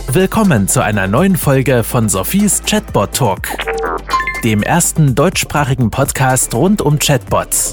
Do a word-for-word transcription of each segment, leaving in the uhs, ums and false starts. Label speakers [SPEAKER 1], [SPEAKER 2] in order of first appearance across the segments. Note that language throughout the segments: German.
[SPEAKER 1] Willkommen zu einer neuen Folge von Sophies Chatbot Talk, dem ersten deutschsprachigen Podcast rund um Chatbots.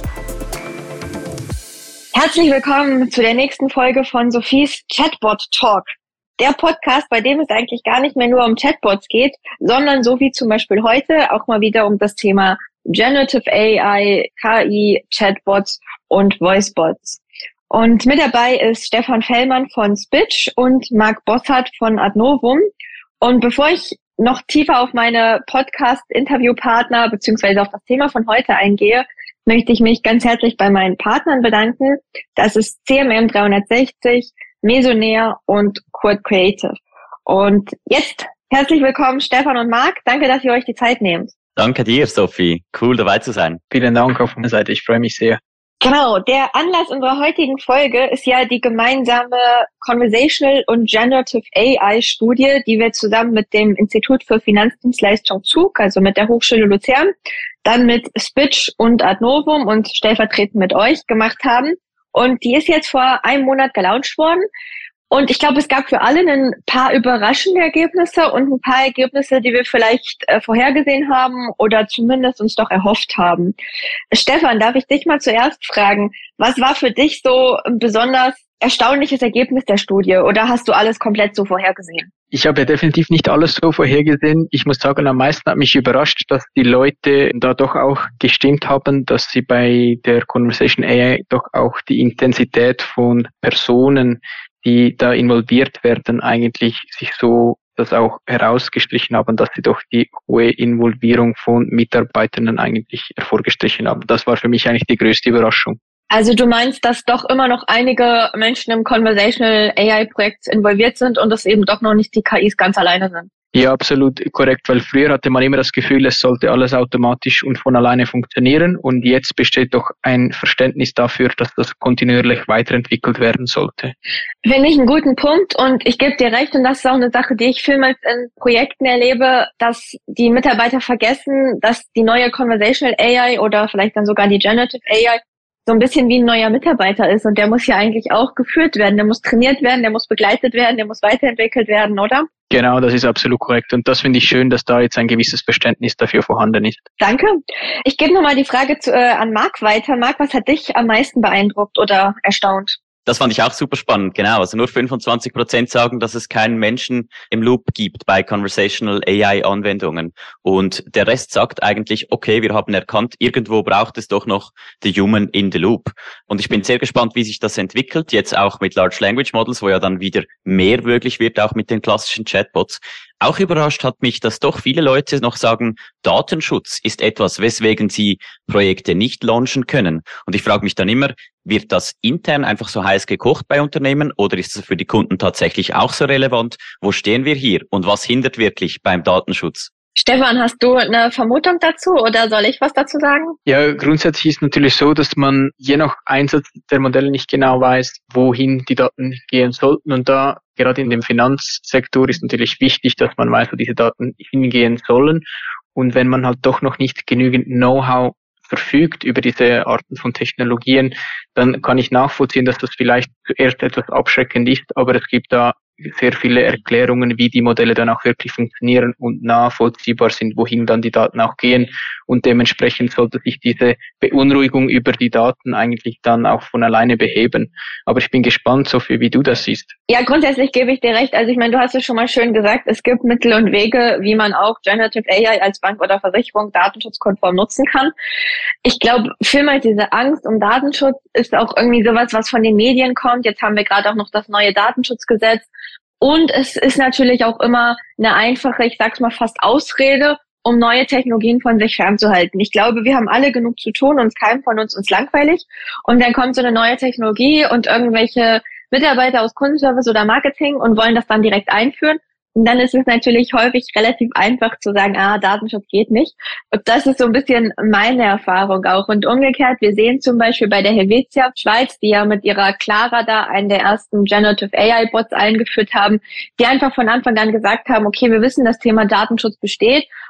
[SPEAKER 2] Herzlich willkommen zu der nächsten Folge von Sophies Chatbot Talk. Der Podcast, bei dem es eigentlich gar nicht mehr nur um Chatbots geht, sondern so wie zum Beispiel heute auch mal wieder um das Thema Generative A I, K I, Chatbots und Voicebots. Und mit dabei ist Stefan Fellmann von Spitch und Marc Bossart von Adnovum. Und bevor ich noch tiefer auf meine Podcast-Interviewpartner bzw. auf das Thema von heute eingehe, möchte ich mich ganz herzlich bei meinen Partnern bedanken. Das ist C M M dreihundertsechzig, Mesonair und Quad Creative. Und jetzt herzlich willkommen Stefan und Marc. Danke, dass ihr euch die Zeit nehmt.
[SPEAKER 3] Danke dir, Sophie. Cool, dabei zu sein.
[SPEAKER 4] Vielen Dank auf meiner Seite. Ich freue mich sehr.
[SPEAKER 2] Genau, der Anlass unserer heutigen Folge ist ja die gemeinsame Conversational und Generative A I-Studie, die wir zusammen mit dem Institut für Finanzdienstleistung Zug, also mit der Hochschule Luzern, dann mit Spitch und Adnovum und stellvertretend mit euch gemacht haben. Und die ist jetzt vor einem Monat gelauncht worden. Und ich glaube, es gab für alle ein paar überraschende Ergebnisse und ein paar Ergebnisse, die wir vielleicht äh, vorhergesehen haben oder zumindest uns doch erhofft haben. Stefan, darf ich dich mal zuerst fragen, was war für dich so ein besonders erstaunliches Ergebnis der Studie oder hast du alles komplett so vorhergesehen?
[SPEAKER 4] Ich habe ja definitiv nicht alles so vorhergesehen. Ich muss sagen, am meisten hat mich überrascht, dass die Leute da doch auch gestimmt haben, dass sie bei der Conversation A I doch auch die Intensität von Personen, die da involviert werden, eigentlich sich so das auch herausgestrichen haben, dass sie doch die hohe Involvierung von Mitarbeitenden eigentlich hervorgestrichen haben. Das war für mich eigentlich die größte Überraschung.
[SPEAKER 2] Also du meinst, dass doch immer noch einige Menschen im Conversational A I-Projekt involviert sind und es eben doch noch nicht die K Is ganz alleine sind?
[SPEAKER 4] Ja, absolut korrekt, weil früher hatte man immer das Gefühl, es sollte alles automatisch und von alleine funktionieren und jetzt besteht doch ein Verständnis dafür, dass das kontinuierlich weiterentwickelt werden sollte.
[SPEAKER 2] Finde ich einen guten Punkt und ich gebe dir recht und das ist auch eine Sache, die ich vielmals in Projekten erlebe, dass die Mitarbeiter vergessen, dass die neue Conversational A I oder vielleicht dann sogar die Generative A I so ein bisschen wie ein neuer Mitarbeiter ist und der muss ja eigentlich auch geführt werden, der muss trainiert werden, der muss begleitet werden, der muss weiterentwickelt werden, oder?
[SPEAKER 4] Genau, das ist absolut korrekt und das finde ich schön, dass da jetzt ein gewisses Verständnis dafür vorhanden ist.
[SPEAKER 2] Danke. Ich gebe nochmal die Frage zu, äh, an Marc weiter. Marc, was hat dich am meisten beeindruckt oder erstaunt?
[SPEAKER 3] Das fand ich auch super spannend, genau. Also nur fünfundzwanzig Prozent sagen, dass es keinen Menschen im Loop gibt bei Conversational A I-Anwendungen. Und der Rest sagt eigentlich, okay, wir haben erkannt, irgendwo braucht es doch noch the human in the loop. Und ich bin sehr gespannt, wie sich das entwickelt, jetzt auch mit Large Language Models, wo ja dann wieder mehr möglich wird, auch mit den klassischen Chatbots. Auch überrascht hat mich, dass doch viele Leute noch sagen, Datenschutz ist etwas, weswegen sie Projekte nicht launchen können. Und ich frage mich dann immer, wird das intern einfach so heiß gekocht bei Unternehmen oder ist es für die Kunden tatsächlich auch so relevant? Wo stehen wir hier und was hindert wirklich beim Datenschutz?
[SPEAKER 2] Stefan, hast du eine Vermutung dazu oder soll ich was dazu sagen?
[SPEAKER 4] Ja, grundsätzlich ist es natürlich so, dass man je nach Einsatz der Modelle nicht genau weiß, wohin die Daten gehen sollten. Und da gerade in dem Finanzsektor ist natürlich wichtig, dass man weiß, wo diese Daten hingehen sollen. Und wenn man halt doch noch nicht genügend Know-how verfügt über diese Arten von Technologien, dann kann ich nachvollziehen, dass das vielleicht zuerst etwas abschreckend ist, aber es gibt da sehr viele Erklärungen, wie die Modelle dann auch wirklich funktionieren und nachvollziehbar sind, wohin dann die Daten auch gehen. Und dementsprechend sollte sich diese Beunruhigung über die Daten eigentlich dann auch von alleine beheben. Aber ich bin gespannt, Sophie, wie du das siehst.
[SPEAKER 2] Ja, grundsätzlich gebe ich dir recht. Also ich meine, du hast es schon mal schön gesagt, es gibt Mittel und Wege, wie man auch Generative A I als Bank oder Versicherung datenschutzkonform nutzen kann. Ich glaube, vielmehr diese Angst um Datenschutz ist auch irgendwie sowas, was von den Medien kommt. Jetzt haben wir gerade auch noch das neue Datenschutzgesetz. Und es ist natürlich auch immer eine einfache, ich sag's mal fast Ausrede, um neue Technologien von sich fernzuhalten. Ich glaube, wir haben alle genug zu tun und keinem von uns ist langweilig. Und dann kommt so eine neue Technologie und irgendwelche Mitarbeiter aus Kundenservice oder Marketing und wollen das dann direkt einführen. Und dann ist es natürlich häufig relativ einfach zu sagen, ah, Datenschutz geht nicht. Und das ist so ein bisschen meine Erfahrung auch. Und umgekehrt, wir sehen zum Beispiel bei der Helvetia Schweiz, die ja mit ihrer Clara da einen der ersten Generative A I-Bots eingeführt haben, die einfach von Anfang an gesagt haben, okay, wir wissen, das Thema Datenschutz besteht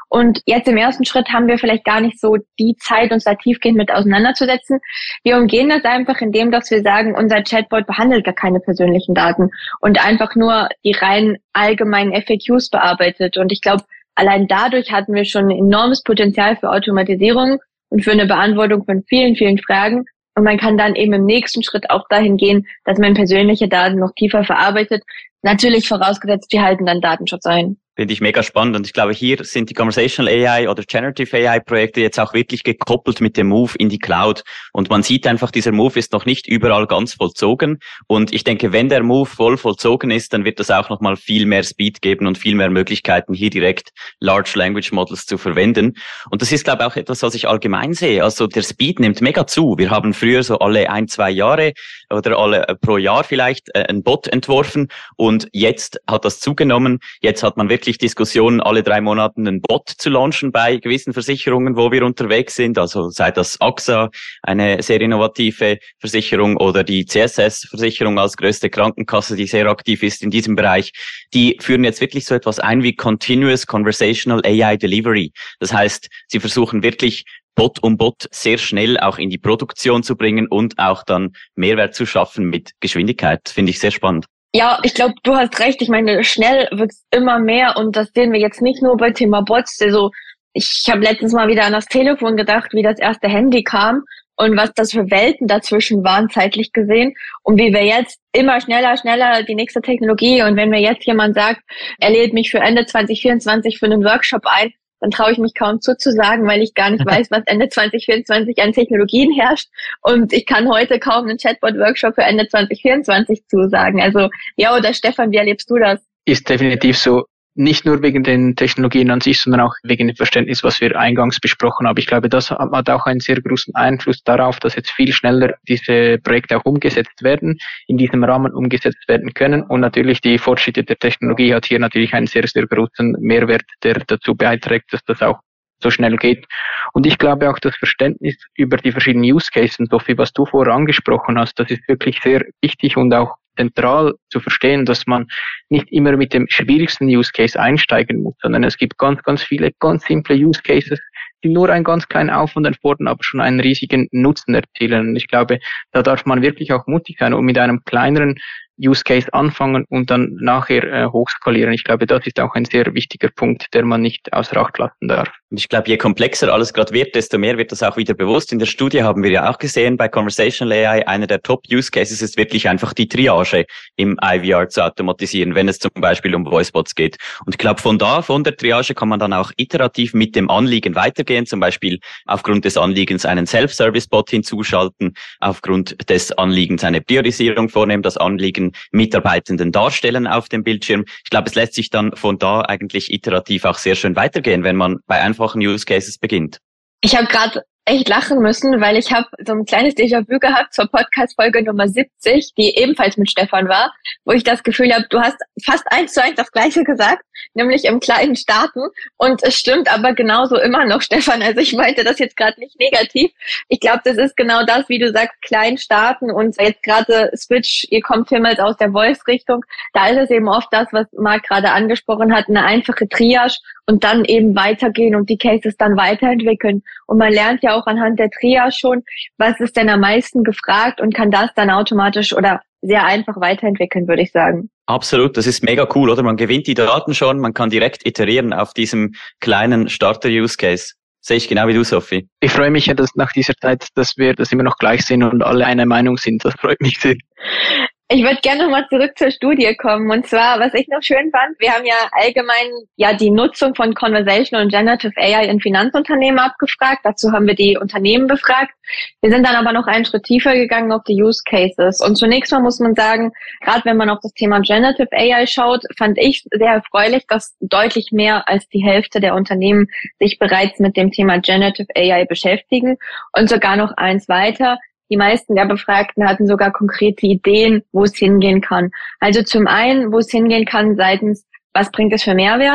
[SPEAKER 2] Und jetzt im ersten Schritt haben wir vielleicht gar nicht so die Zeit, uns da tiefgehend mit auseinanderzusetzen. Wir umgehen das einfach, indem dass wir sagen, unser Chatbot behandelt gar keine persönlichen Daten und einfach nur die rein allgemeinen F A Qs bearbeitet. Und ich glaube, allein dadurch hatten wir schon ein enormes Potenzial für Automatisierung und für eine Beantwortung von vielen, vielen Fragen. Und man kann dann eben im nächsten Schritt auch dahin gehen, dass man persönliche Daten noch tiefer verarbeitet. Natürlich vorausgesetzt, die halten dann Datenschutz ein.
[SPEAKER 3] Finde ich mega spannend. Und ich glaube, hier sind die Conversational A I oder Generative A I Projekte jetzt auch wirklich gekoppelt mit dem Move in die Cloud. Und man sieht einfach, dieser Move ist noch nicht überall ganz vollzogen. Und ich denke, wenn der Move voll vollzogen ist, dann wird das auch nochmal viel mehr Speed geben und viel mehr Möglichkeiten, hier direkt Large Language Models zu verwenden. Und das ist, glaube ich, auch etwas, was ich allgemein sehe. Also der Speed nimmt mega zu. Wir haben früher so alle ein, zwei Jahre oder alle äh, pro Jahr vielleicht äh, ein Bot entworfen. Und jetzt hat das zugenommen. Jetzt hat man wirklich Diskussionen, alle drei Monate einen Bot zu launchen bei gewissen Versicherungen, wo wir unterwegs sind. Also sei das A X A, eine sehr innovative Versicherung, oder die C S S-Versicherung als größte Krankenkasse, die sehr aktiv ist in diesem Bereich. Die führen jetzt wirklich so etwas ein wie Continuous Conversational A I Delivery. Das heißt, sie versuchen wirklich Bot um Bot sehr schnell auch in die Produktion zu bringen und auch dann Mehrwert zu schaffen mit Geschwindigkeit. Das finde ich sehr spannend.
[SPEAKER 2] Ja, ich glaube, du hast recht. Ich meine, schnell wird's immer mehr und das sehen wir jetzt nicht nur bei Thema Bots. Also ich habe letztens mal wieder an das Telefon gedacht, wie das erste Handy kam und was das für Welten dazwischen waren, zeitlich gesehen, und wie wir jetzt immer schneller, schneller die nächste Technologie, und wenn mir jetzt jemand sagt, er lädt mich für Ende zwanzig vierundzwanzig für einen Workshop ein, dann traue ich mich kaum zuzusagen, weil ich gar nicht weiß, was Ende zwanzig vierundzwanzig an Technologien herrscht. Und ich kann heute kaum einen Chatbot-Workshop für Ende zwanzig vierundzwanzig zusagen. Also ja, oder Stefan, wie erlebst du das?
[SPEAKER 4] Ist definitiv so. Nicht nur wegen den Technologien an sich, sondern auch wegen dem Verständnis, was wir eingangs besprochen haben. Ich glaube, das hat auch einen sehr großen Einfluss darauf, dass jetzt viel schneller diese Projekte auch umgesetzt werden, in diesem Rahmen umgesetzt werden können. Und natürlich die Fortschritte der Technologie hat hier natürlich einen sehr, sehr großen Mehrwert, der dazu beiträgt, dass das auch so schnell geht. Und ich glaube auch, das Verständnis über die verschiedenen Use Cases, Sophie, was du vorher angesprochen hast, das ist wirklich sehr wichtig und auch zentral zu verstehen, dass man nicht immer mit dem schwierigsten Use Case einsteigen muss, sondern es gibt ganz, ganz viele ganz simple Use Cases, die nur einen ganz kleinen Aufwand erfordern, aber schon einen riesigen Nutzen erzielen. Und ich glaube, da darf man wirklich auch mutig sein und mit einem kleineren Use Case anfangen und dann nachher äh, hochskalieren. Ich glaube, das ist auch ein sehr wichtiger Punkt, der man nicht außer Acht lassen darf.
[SPEAKER 3] Und ich glaube, je komplexer alles gerade wird, desto mehr wird das auch wieder bewusst. In der Studie haben wir ja auch gesehen, bei Conversational A I, einer der Top-Use-Cases ist wirklich einfach die Triage im I V R zu automatisieren, wenn es zum Beispiel um Voicebots geht. Und ich glaube, von da, von der Triage kann man dann auch iterativ mit dem Anliegen weitergehen, zum Beispiel aufgrund des Anliegens einen Self-Service-Bot hinzuschalten, aufgrund des Anliegens eine Priorisierung vornehmen, das Anliegen Mitarbeitenden darstellen auf dem Bildschirm. Ich glaube, es lässt sich dann von da eigentlich iterativ auch sehr schön weitergehen, wenn man bei einfachen Use Cases beginnt.
[SPEAKER 2] Ich habe gerade echt lachen müssen, weil ich habe so ein kleines Déjà-vu gehabt zur Podcast-Folge Nummer siebzig, die ebenfalls mit Stefan war, wo ich das Gefühl habe, du hast fast eins zu eins das Gleiche gesagt, nämlich im Kleinen starten. Und es stimmt aber genauso immer noch, Stefan. Also ich meinte das jetzt gerade nicht negativ. Ich glaube, das ist genau das, wie du sagst, klein starten und jetzt gerade Switch, ihr kommt vielmals aus der Voice-Richtung. Da ist es eben oft das, was Marc gerade angesprochen hat, eine einfache Triage und dann eben weitergehen und die Cases dann weiterentwickeln. Und man lernt ja auch anhand der Triage schon, was ist denn am meisten gefragt und kann das dann automatisch oder sehr einfach weiterentwickeln, würde ich sagen.
[SPEAKER 3] Absolut, das ist mega cool, oder? Man gewinnt die Daten schon, man kann direkt iterieren auf diesem kleinen Starter-Use-Case. Sehe ich genau wie du, Sophie.
[SPEAKER 4] Ich freue mich ja, dass nach dieser Zeit, dass wir das immer noch gleich sehen und alle einer Meinung sind. Das freut mich sehr.
[SPEAKER 2] Ich würde gerne nochmal zurück zur Studie kommen. Und zwar, was ich noch schön fand, wir haben ja allgemein ja die Nutzung von Conversational und Generative A I in Finanzunternehmen abgefragt. Dazu haben wir die Unternehmen befragt. Wir sind dann aber noch einen Schritt tiefer gegangen auf die Use Cases. Und zunächst mal muss man sagen, gerade wenn man auf das Thema Generative A I schaut, fand ich sehr erfreulich, dass deutlich mehr als die Hälfte der Unternehmen sich bereits mit dem Thema Generative A I beschäftigen. Und sogar noch eins weiter. Die meisten der Befragten hatten sogar konkrete Ideen, wo es hingehen kann. Also zum einen, wo es hingehen kann seitens, was bringt es für Mehrwerte?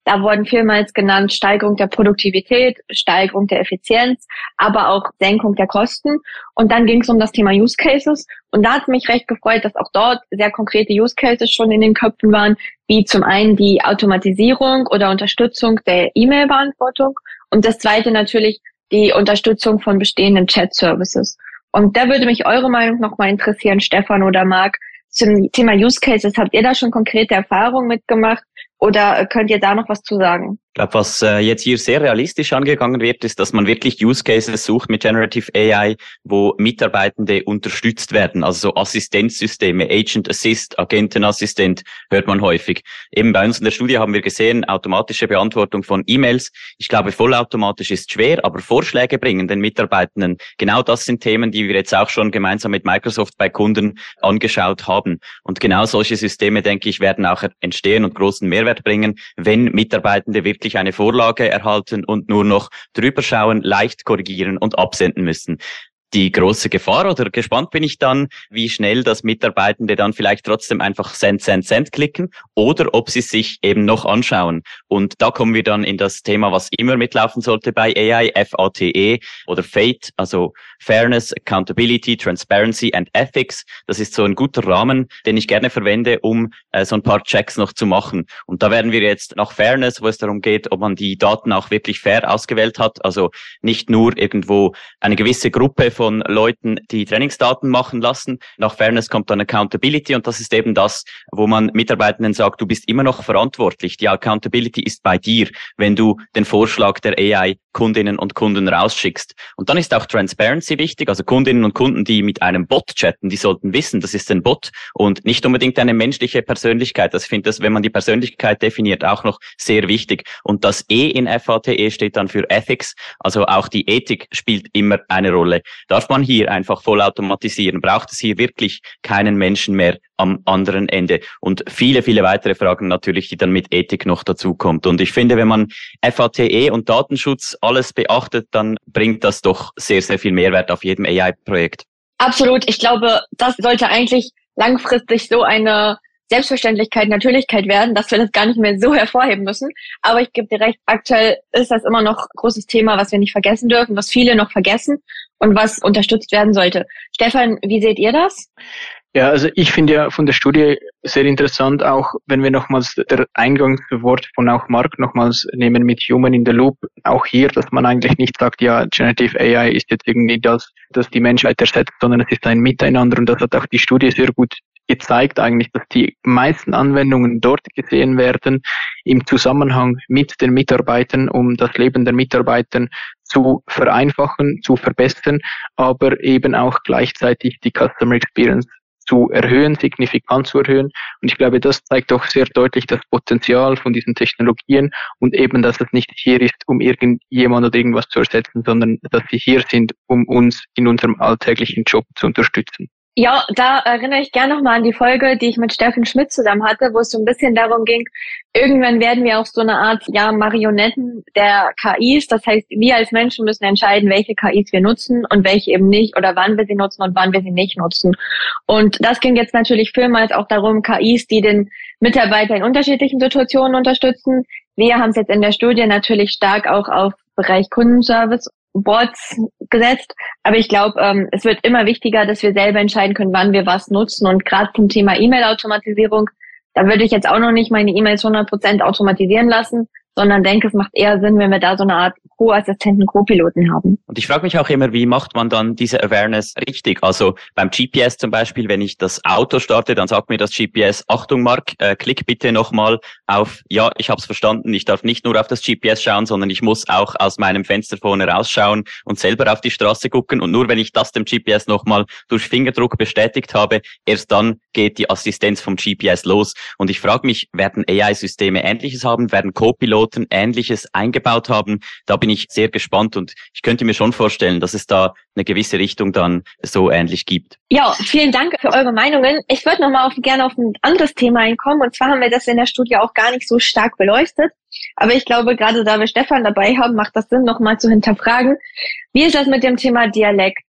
[SPEAKER 2] Da wurden vielmals genannt Steigerung der Produktivität, Steigerung der Effizienz, aber auch Senkung der Kosten. Und dann ging es um das Thema Use Cases. Und da hat es mich recht gefreut, dass auch dort sehr konkrete Use Cases schon in den Köpfen waren, wie zum einen die Automatisierung oder Unterstützung der E-Mail-Beantwortung und das zweite natürlich die Unterstützung von bestehenden Chat-Services. Und da würde mich eure Meinung nochmal interessieren, Stefan oder Marc, zum Thema Use Cases. Habt ihr da schon konkrete Erfahrungen mitgemacht oder könnt ihr da noch was zu sagen?
[SPEAKER 3] Ich glaube, was äh, jetzt hier sehr realistisch angegangen wird, ist, dass man wirklich Use Cases sucht mit Generative A I, wo Mitarbeitende unterstützt werden. Also so Assistenzsysteme, Agent Assist, Agentenassistent hört man häufig. Eben bei uns in der Studie haben wir gesehen, automatische Beantwortung von E-Mails. Ich glaube, vollautomatisch ist schwer, aber Vorschläge bringen den Mitarbeitenden. Genau das sind Themen, die wir jetzt auch schon gemeinsam mit Microsoft bei Kunden angeschaut haben. Und genau solche Systeme, denke ich, werden auch entstehen und großen Mehrwert bringen, wenn Mitarbeitende wirklich eine Vorlage erhalten und nur noch drüber schauen, leicht korrigieren und absenden müssen. Die große Gefahr oder gespannt bin ich dann, wie schnell das Mitarbeitende dann vielleicht trotzdem einfach Send, Send, Send klicken oder ob sie sich eben noch anschauen. Und da kommen wir dann in das Thema, was immer mitlaufen sollte bei A I, F A T E oder FATE, also Fairness, Accountability, Transparency and Ethics. Das ist so ein guter Rahmen, den ich gerne verwende, um äh, so ein paar Checks noch zu machen. Und da werden wir jetzt nach Fairness, wo es darum geht, ob man die Daten auch wirklich fair ausgewählt hat, also nicht nur irgendwo eine gewisse Gruppe von von Leuten, die Trainingsdaten machen lassen. Nach Fairness kommt dann Accountability und das ist eben das, wo man Mitarbeitenden sagt, du bist immer noch verantwortlich. Die Accountability ist bei dir, wenn du den Vorschlag der A I Kundinnen und Kunden rausschickst. Und dann ist auch Transparency wichtig, also Kundinnen und Kunden, die mit einem Bot chatten, die sollten wissen, das ist ein Bot und nicht unbedingt eine menschliche Persönlichkeit. Also ich finde das, wenn man die Persönlichkeit definiert, auch noch sehr wichtig. Und das E in F A T E steht dann für Ethics, also auch die Ethik spielt immer eine Rolle. Darf man hier einfach vollautomatisieren? Braucht es hier wirklich keinen Menschen mehr am anderen Ende? Und viele, viele weitere Fragen natürlich, die dann mit Ethik noch dazukommt. Und ich finde, wenn man F A T E und Datenschutz alles beachtet, dann bringt das doch sehr, sehr viel Mehrwert auf jedem A I-Projekt.
[SPEAKER 2] Absolut. Ich glaube, das sollte eigentlich langfristig so eine Selbstverständlichkeit, Natürlichkeit werden, dass wir das gar nicht mehr so hervorheben müssen. Aber ich gebe dir recht, aktuell ist das immer noch ein großes Thema, was wir nicht vergessen dürfen, was viele noch vergessen und was unterstützt werden sollte. Stefan, wie seht ihr das?
[SPEAKER 4] Ja, also ich finde ja von der Studie sehr interessant, auch wenn wir nochmals der Eingangswort von auch Marc nochmals nehmen mit Human in the Loop, auch hier, dass man eigentlich nicht sagt, ja, Generative A I ist jetzt irgendwie das, das die Menschheit ersetzt, sondern es ist ein Miteinander und das hat auch die Studie sehr gut gezeigt eigentlich, dass die meisten Anwendungen dort gesehen werden im Zusammenhang mit den Mitarbeitern, um das Leben der Mitarbeiter zu vereinfachen, zu verbessern, aber eben auch gleichzeitig die Customer Experience zu erhöhen, signifikant zu erhöhen. Und ich glaube, das zeigt doch sehr deutlich das Potenzial von diesen Technologien und eben, dass es nicht hier ist, um irgendjemand oder irgendwas zu ersetzen, sondern dass sie hier sind, um uns in unserem alltäglichen Job zu unterstützen.
[SPEAKER 2] Ja, da erinnere ich gerne nochmal an die Folge, die ich mit Steffen Schmidt zusammen hatte, wo es so ein bisschen darum ging, irgendwann werden wir auch so eine Art, ja, Marionetten der K Is. Das heißt, wir als Menschen müssen entscheiden, welche K Is wir nutzen und welche eben nicht oder wann wir sie nutzen und wann wir sie nicht nutzen. Und das ging jetzt natürlich vielmals auch darum, K Is, die den Mitarbeiter in unterschiedlichen Situationen unterstützen. Wir haben es jetzt in der Studie natürlich stark auch auf Bereich Kundenservice Bots gesetzt, aber ich glaube, ähm, es wird immer wichtiger, dass wir selber entscheiden können, wann wir was nutzen und gerade zum Thema E-Mail-Automatisierung, da würde ich jetzt auch noch nicht meine E-Mails hundert Prozent automatisieren lassen, sondern denke, es macht eher Sinn, wenn wir da so eine Art Co-Assistenten, Co-Piloten haben.
[SPEAKER 3] Und ich frage mich auch immer, wie macht man dann diese Awareness richtig? Also beim G P S zum Beispiel, wenn ich das Auto starte, dann sagt mir das G P S, Achtung Marc, äh, klick bitte nochmal auf, ja, ich habe es verstanden, ich darf nicht nur auf das G P S schauen, sondern ich muss auch aus meinem Fenster vorne rausschauen und selber auf die Straße gucken. Und nur wenn ich das dem G P S nochmal durch Fingerdruck bestätigt habe, erst dann geht die Assistenz vom G P S los. Und ich frage mich, werden A I-Systeme Ähnliches haben, werden Co-Piloten Ähnliches eingebaut haben? Da bin ich sehr gespannt und ich könnte mir schon vorstellen, dass es da eine gewisse Richtung dann so ähnlich gibt.
[SPEAKER 2] Ja, vielen Dank für eure Meinungen. Ich würde nochmal auf, gerne auf ein anderes Thema einkommen und zwar haben wir das in der Studie auch gar nicht so stark beleuchtet, aber ich glaube, gerade da wir Stefan dabei haben, macht das Sinn, nochmal zu hinterfragen. Wie ist das mit dem Thema Dialekt?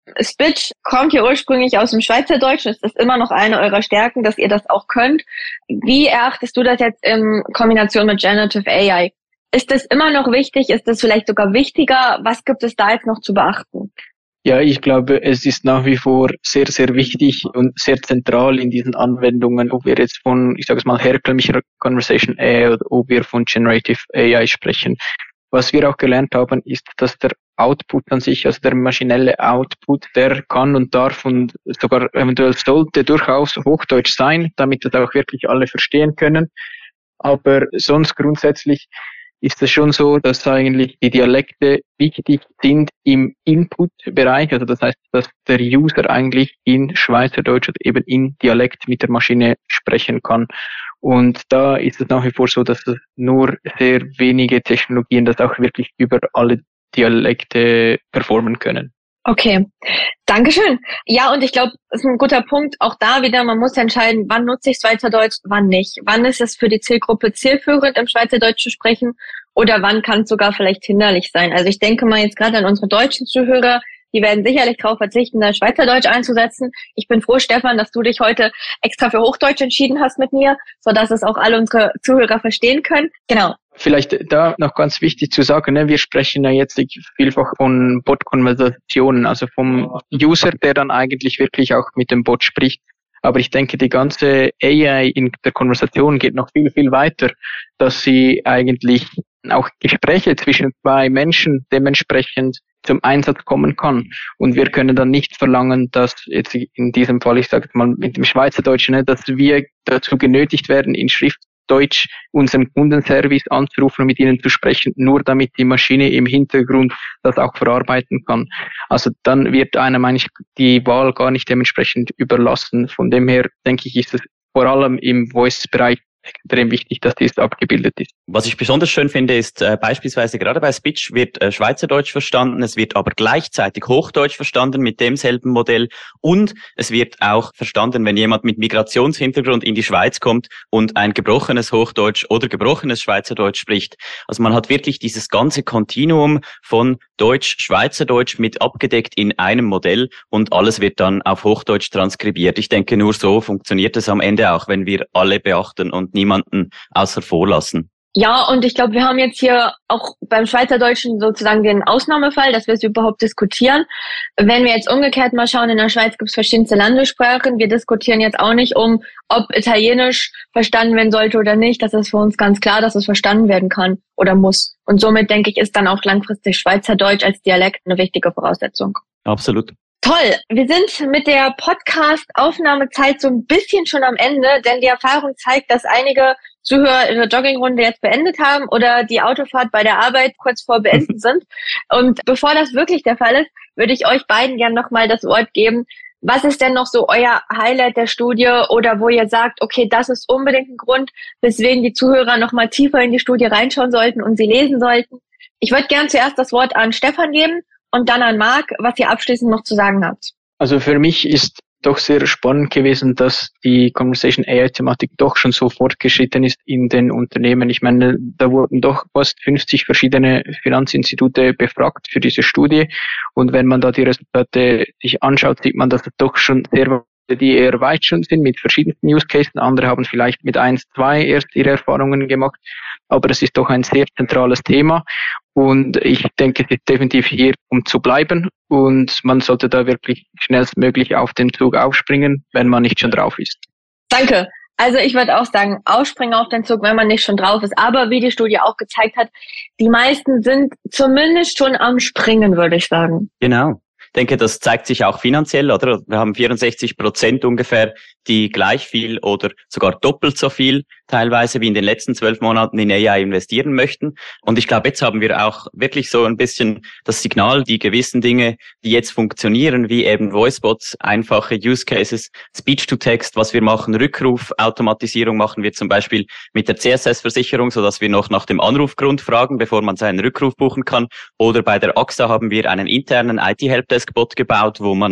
[SPEAKER 2] Spitch kommt ja ursprünglich aus dem Schweizerdeutschen. Ist das immer noch eine eurer Stärken, dass ihr das auch könnt? Wie erachtest du das jetzt in Kombination mit Generative A I? Ist das immer noch wichtig? Ist das vielleicht sogar wichtiger? Was gibt es da jetzt noch zu beachten?
[SPEAKER 4] Ja, ich glaube, es ist nach wie vor sehr, sehr wichtig und sehr zentral in diesen Anwendungen, ob wir jetzt von, ich sage es mal, herkömmlicher Conversation A I oder ob wir von Generative A I sprechen. Was wir auch gelernt haben, ist, dass der Output an sich, also der maschinelle Output, der kann und darf und sogar eventuell sollte durchaus Hochdeutsch sein, damit das auch wirklich alle verstehen können. Aber sonst grundsätzlich ist es schon so, dass eigentlich die Dialekte wichtig sind im Input-Bereich, also das heißt, dass der User eigentlich in Schweizerdeutsch oder eben in Dialekt mit der Maschine sprechen kann. Und da ist es nach wie vor so, dass es nur sehr wenige Technologien das auch wirklich über alle Dialekte performen können.
[SPEAKER 2] Okay, Dankeschön. Ja, und ich glaube, das ist ein guter Punkt. Auch da wieder, man muss entscheiden, wann nutze ich Schweizerdeutsch, wann nicht. Wann ist es für die Zielgruppe zielführend, im Schweizerdeutsch zu sprechen oder wann kann es sogar vielleicht hinderlich sein. Also ich denke mal jetzt gerade an unsere deutschen Zuhörer, die werden sicherlich darauf verzichten, da Schweizerdeutsch einzusetzen. Ich bin froh, Stefan, dass du dich heute extra für Hochdeutsch entschieden hast mit mir, sodass es auch alle unsere Zuhörer verstehen können. Genau.
[SPEAKER 4] Vielleicht da noch ganz wichtig zu sagen, ne, wir sprechen ja jetzt vielfach von Bot-Konversationen, also vom User, der dann eigentlich wirklich auch mit dem Bot spricht. Aber ich denke, die ganze A I in der Konversation geht noch viel, viel weiter, dass sie eigentlich auch Gespräche zwischen zwei Menschen dementsprechend zum Einsatz kommen kann. Und wir können dann nicht verlangen, dass jetzt in diesem Fall, ich sage mal mit dem Schweizerdeutschen, ne, dass wir dazu genötigt werden, in Schriftdeutsch unseren Kundenservice anzurufen und mit ihnen zu sprechen, nur damit die Maschine im Hintergrund das auch verarbeiten kann. Also dann wird einem eigentlich die Wahl gar nicht dementsprechend überlassen. Von dem her, denke ich, ist es vor allem im Voice-Bereich extrem wichtig, dass dies abgebildet ist.
[SPEAKER 3] Was ich besonders schön finde, ist äh, beispielsweise gerade bei Spitch wird äh, Schweizerdeutsch verstanden, es wird aber gleichzeitig Hochdeutsch verstanden mit demselben Modell und es wird auch verstanden, wenn jemand mit Migrationshintergrund in die Schweiz kommt und ein gebrochenes Hochdeutsch oder gebrochenes Schweizerdeutsch spricht. Also man hat wirklich dieses ganze Kontinuum von Deutsch, Schweizerdeutsch mit abgedeckt in einem Modell und alles wird dann auf Hochdeutsch transkribiert. Ich denke, nur so funktioniert es am Ende auch, wenn wir alle beachten und niemanden außer vor lassen.
[SPEAKER 2] Ja, und ich glaube, wir haben jetzt hier auch beim Schweizerdeutschen sozusagen den Ausnahmefall, dass wir es überhaupt diskutieren. Wenn wir jetzt umgekehrt mal schauen, in der Schweiz gibt es verschiedenste Landessprachen. Wir diskutieren jetzt auch nicht um, ob Italienisch verstanden werden sollte oder nicht. Das ist für uns ganz klar, dass es verstanden werden kann oder muss. Und somit, denke ich, ist dann auch langfristig Schweizerdeutsch als Dialekt eine wichtige Voraussetzung.
[SPEAKER 3] Absolut.
[SPEAKER 2] Toll, wir sind mit der Podcast-Aufnahmezeit so ein bisschen schon am Ende, denn die Erfahrung zeigt, dass einige Zuhörer ihre Joggingrunde jetzt beendet haben oder die Autofahrt bei der Arbeit kurz vor beenden sind. Und bevor das wirklich der Fall ist, würde ich euch beiden gerne nochmal das Wort geben. Was ist denn noch so euer Highlight der Studie oder wo ihr sagt, okay, das ist unbedingt ein Grund, weswegen die Zuhörer nochmal tiefer in die Studie reinschauen sollten und sie lesen sollten? Ich würde gerne zuerst das Wort an Stefan geben und dann an Marc, was ihr abschließend noch zu sagen habt.
[SPEAKER 4] Also für mich ist doch sehr spannend gewesen, dass die Conversation A I-Thematik doch schon so fortgeschritten ist in den Unternehmen. Ich meine, da wurden doch fast fünfzig verschiedene Finanzinstitute befragt für diese Studie. Und wenn man da die Resultate sich anschaut, sieht man, dass es doch schon sehr die eher weit schon sind mit verschiedensten Use Cases. Andere haben vielleicht mit eins, zwei erst ihre Erfahrungen gemacht. Aber es ist doch ein sehr zentrales Thema. Und ich denke, es ist definitiv hier, um zu bleiben. Und man sollte da wirklich schnellstmöglich auf den Zug aufspringen, wenn man nicht schon drauf ist.
[SPEAKER 2] Danke. Also ich würde auch sagen, aufspringen auf den Zug, wenn man nicht schon drauf ist. Aber wie die Studie auch gezeigt hat, die meisten sind zumindest schon am Springen, würde ich sagen.
[SPEAKER 3] Genau. Ich denke, das zeigt sich auch finanziell, oder? Wir haben vierundsechzig Prozent ungefähr, die gleich viel oder sogar doppelt so viel teilweise wie in den letzten zwölf Monaten in A I investieren möchten. Und ich glaube, jetzt haben wir auch wirklich so ein bisschen das Signal, die gewissen Dinge, die jetzt funktionieren, wie eben Voicebots, einfache Use Cases, Speech-to-Text, was wir machen, Rückrufautomatisierung machen wir zum Beispiel mit der C S S-Versicherung, sodass wir noch nach dem Anrufgrund fragen, bevor man seinen Rückruf buchen kann. Oder bei der A X A haben wir einen internen I T-Helpdesk-Bot gebaut, wo man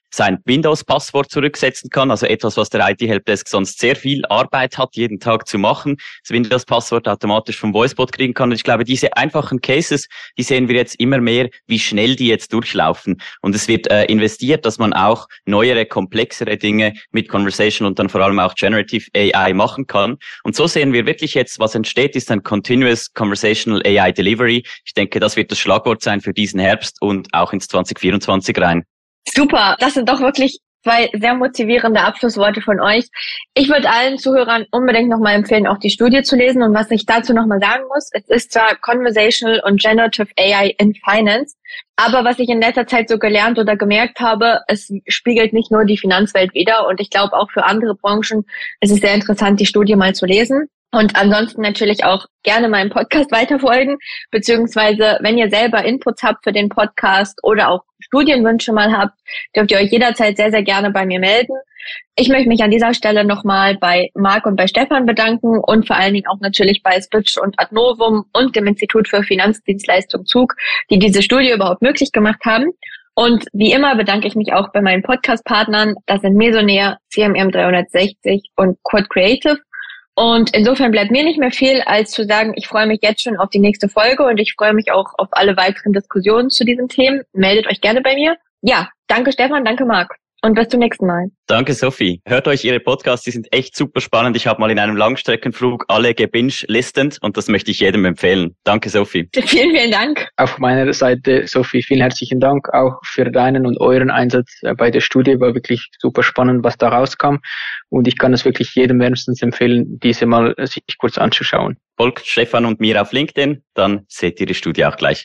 [SPEAKER 3] sein Windows-Passwort zurücksetzen kann, also etwas, was der I T-Helpdesk sonst sehr viel Arbeit hat, jeden Tag zu machen, das Windows-Passwort automatisch vom Voicebot kriegen kann. Und ich glaube, diese einfachen Cases, die sehen wir jetzt immer mehr, wie schnell die jetzt durchlaufen. Und es wird äh, investiert, dass man auch neuere, komplexere Dinge mit Conversation und dann vor allem auch Generative A I machen kann. Und so sehen wir wirklich jetzt, was entsteht, ist ein Continuous Conversational A I Delivery. Ich denke, das wird das Schlagwort sein für diesen Herbst und auch ins zwanzig vierundzwanzig rein.
[SPEAKER 2] Super, das sind doch wirklich zwei sehr motivierende Abschlussworte von euch. Ich würde allen Zuhörern unbedingt nochmal empfehlen, auch die Studie zu lesen. Und was ich dazu nochmal sagen muss, es ist zwar Conversational und Generative A I in Finance, aber was ich in letzter Zeit so gelernt oder gemerkt habe, es spiegelt nicht nur die Finanzwelt wider. Und ich glaube, auch für andere Branchen ist es sehr interessant, die Studie mal zu lesen. Und ansonsten natürlich auch gerne meinem Podcast weiterfolgen, beziehungsweise wenn ihr selber Inputs habt für den Podcast oder auch Studienwünsche mal habt, dürft ihr euch jederzeit sehr, sehr gerne bei mir melden. Ich möchte mich an dieser Stelle nochmal bei Marc und bei Stefan bedanken und vor allen Dingen auch natürlich bei Spitch und Adnovum und dem Institut für Finanzdienstleistung Zug, die diese Studie überhaupt möglich gemacht haben. Und wie immer bedanke ich mich auch bei meinen Podcast-Partnern, das sind Mesonair, C M M dreihundertsechzig und Quad Creative. Und insofern bleibt mir nicht mehr viel, als zu sagen, ich freue mich jetzt schon auf die nächste Folge und ich freue mich auch auf alle weiteren Diskussionen zu diesen Themen. Meldet euch gerne bei mir. Ja, danke Stefan, danke Marc und bis zum nächsten Mal.
[SPEAKER 3] Danke Sophie. Hört euch ihre Podcasts, die sind echt super spannend. Ich habe mal in einem Langstreckenflug alle gebinge-listend und das möchte ich jedem empfehlen. Danke Sophie.
[SPEAKER 2] Vielen, vielen Dank.
[SPEAKER 4] Auf meiner Seite, Sophie, vielen herzlichen Dank auch für deinen und euren Einsatz bei der Studie. War wirklich super spannend, was da rauskam. Und ich kann es wirklich jedem wärmstens empfehlen, diese mal sich kurz anzuschauen.
[SPEAKER 3] Folgt Stefan und mir auf LinkedIn, dann seht ihr die Studie auch gleich.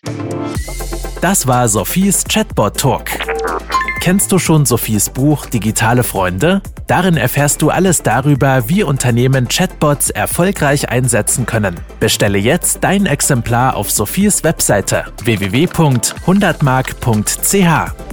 [SPEAKER 1] Das war Sophies Chatbot Talk. Kennst du schon Sophies Buch Digitale Freunde? Darin erfährst du alles darüber, wie Unternehmen Chatbots erfolgreich einsetzen können. Bestelle jetzt dein Exemplar auf Sophies Webseite w w w punkt hundertmark punkt c h.